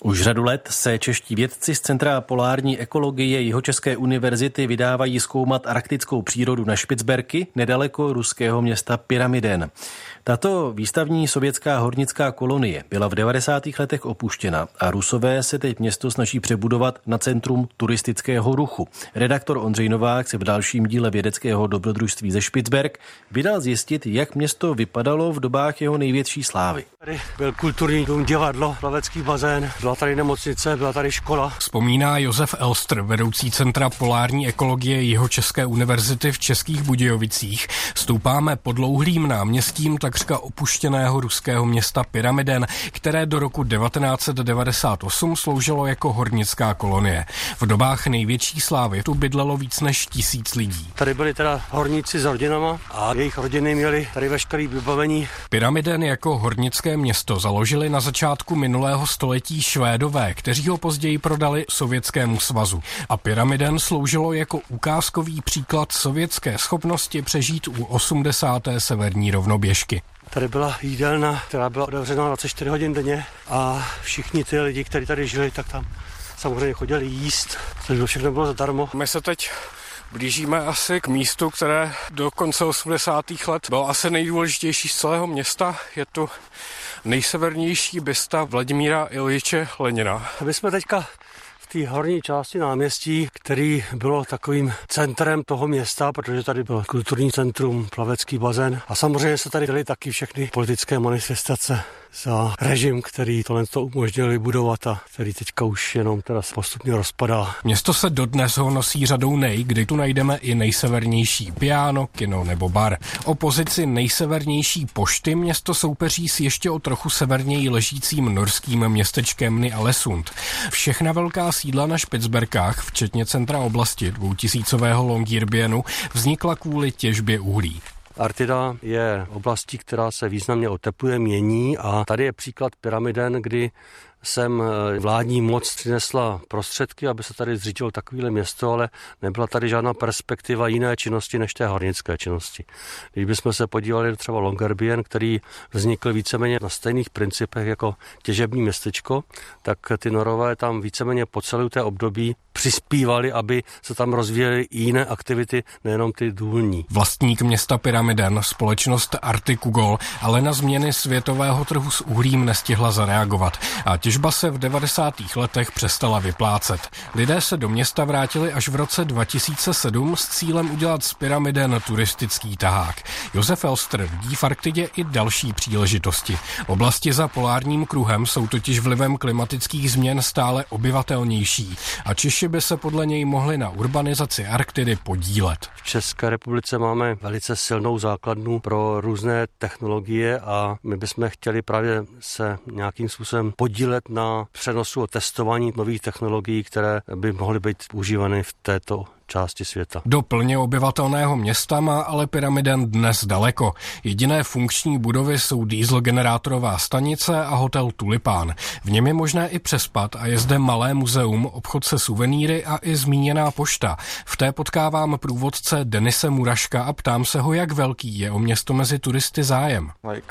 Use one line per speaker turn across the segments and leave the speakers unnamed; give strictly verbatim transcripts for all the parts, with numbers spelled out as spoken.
Už řadu let se čeští vědci z Centra polární ekologie Jihočeské univerzity vydávají zkoumat arktickou přírodu na Špicberky nedaleko ruského města Pyramiden. Tato výstavní sovětská hornická kolonie byla v devadesátých letech opuštěna a Rusové se teď město snaží přebudovat na centrum turistického ruchu. Redaktor Ondřej Novák se v dalším díle vědeckého dobrodružství ze Špicberk vydal zjistit, jak město vypadalo v dobách jeho největší slávy.
Tady byl kulturní dům, divadlo, plavecký bazén, byla tady nemocnice, byla tady škola.
Vzpomíná Josef Elster, vedoucí Centra polární ekologie Jihočeské univerzity v Českých Budějovicích. Stoupáme podlouhlým náměstím takřka opuštěného ruského města Pyramiden, které do roku devatenáct set devadesát osm sloužilo jako hornická kolonie. V dobách největší slávy tu bydlelo víc než tisíc lidí.
Tady byli teda horníci s rodinama a jejich rodiny měli tady veškeré vybavení.
Pyramiden jako hornické město založili na začátku minulého století Švédové, kteří ho později prodali Sovětskému svazu. A Pyramiden sloužilo jako ukázkový příklad sovětské schopnosti přežít u osmdesáté severní rovnoběžky.
Tady byla jídelna, která byla otevřená dvacet čtyři hodin denně a všichni ty lidi, kteří tady žili, tak tam samozřejmě chodili jíst, takže všechno bylo zadarmo.
My se teď blížíme asi k místu, které do konce osmdesátých let bylo asi nejdůležitější z celého města. Je tu nejsevernější bysta Vladimíra Iljiče Lenina.
My jsme teďka v té horní části náměstí, který bylo takovým centrem toho města, protože tady byl kulturní centrum, plavecký bazén a samozřejmě se tady děly taky všechny politické manifestace za režim, který tohle to umožnil vybudovat a který teďka už jenom teda postupně rozpadá.
Město se dodnes honosí řadou nej, kdy tu najdeme i nejsevernější piano, kino nebo bar. O pozici nejsevernější pošty město soupeří s ještě o trochu severněji ležícím norským městečkem Ny-Alesund. Všechna velká sídla na Špicberkách, včetně centra oblasti dvoutisícového Longyearbyenu, vznikla kvůli těžbě uhlí.
Arktida je oblastí, která se významně otepluje, mění a tady je příklad Pyramiden, kdy sem vládní moc přinesla prostředky, aby se tady zřídilo takovéhle město, ale nebyla tady žádná perspektiva jiné činnosti než té hornické činnosti. Když bychom se podívali třeba Longyearbyen, který vznikl víceméně na stejných principech jako těžební městečko, tak ty Norové tam víceméně po celé té období přispívali, aby se tam rozvíjely jiné aktivity, nejenom ty důlní.
Vlastník města Pyramiden, společnost Arctic-Ugol, ale na změny světového trhu s uhlím nestihla zareagovat a těžba se v devadesátých letech přestala vyplácet. Lidé se do města vrátili až v roce dva tisíce sedm s cílem udělat z Pyramiden turistický tahák. Josef Elster vidí v Arktidě i další příležitosti. Oblasti za polárním kruhem jsou totiž vlivem klimatických změn stále obyvatelnější a Češi by se podle něj mohli na urbanizaci Arktidy podílet.
V České republice máme velice silnou základnu pro různé technologie a my bychom chtěli právě se nějakým způsobem podílet na přenosu a testování nových technologií, které by mohly být užívány v této části světa.
Do plně obyvatelného města má ale Pyramiden dnes daleko. Jediné funkční budovy jsou dieselgenerátorová stanice a hotel Tulipán. V něm je možné i přespat a je zde malé muzeum, obchod se suvenýry a i zmíněná pošta. V té potkávám průvodce Denise Muraška a ptám se ho, jak velký je o město mezi turisty zájem.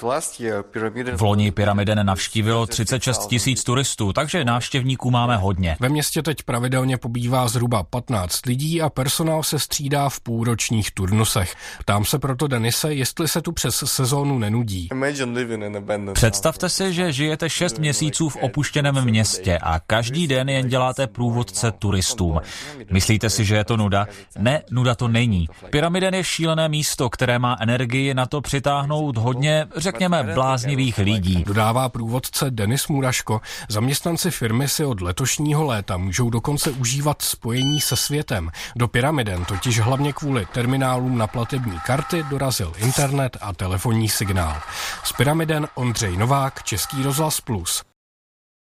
V loni Pyramiden navštívilo třicet šest tisíc turistů, takže návštěvníků máme hodně.
Ve městě teď pravidelně pobývá zhruba patnáct lidí a personál se střídá v půlročních turnusech. Ptám se proto Denise, jestli se tu přes sezónu nenudí.
Představte si, že žijete šest měsíců v opuštěném městě a každý den jen děláte průvodce turistům. Myslíte si, že je to nuda? Ne, nuda to není. Pyramiden je šílené místo, které má energii na to přitáhnout hodně, řekněme, bláznivých lidí.
Dodává průvodce Denis Muraško. Zaměstnanci firmy si od letošního léta můžou dokonce užívat spojení se světem. Do Pyramiden totiž hlavně kvůli terminálům na platební karty dorazil internet a telefonní signál. Z Pyramiden Ondřej Novák, Český rozhlas Plus.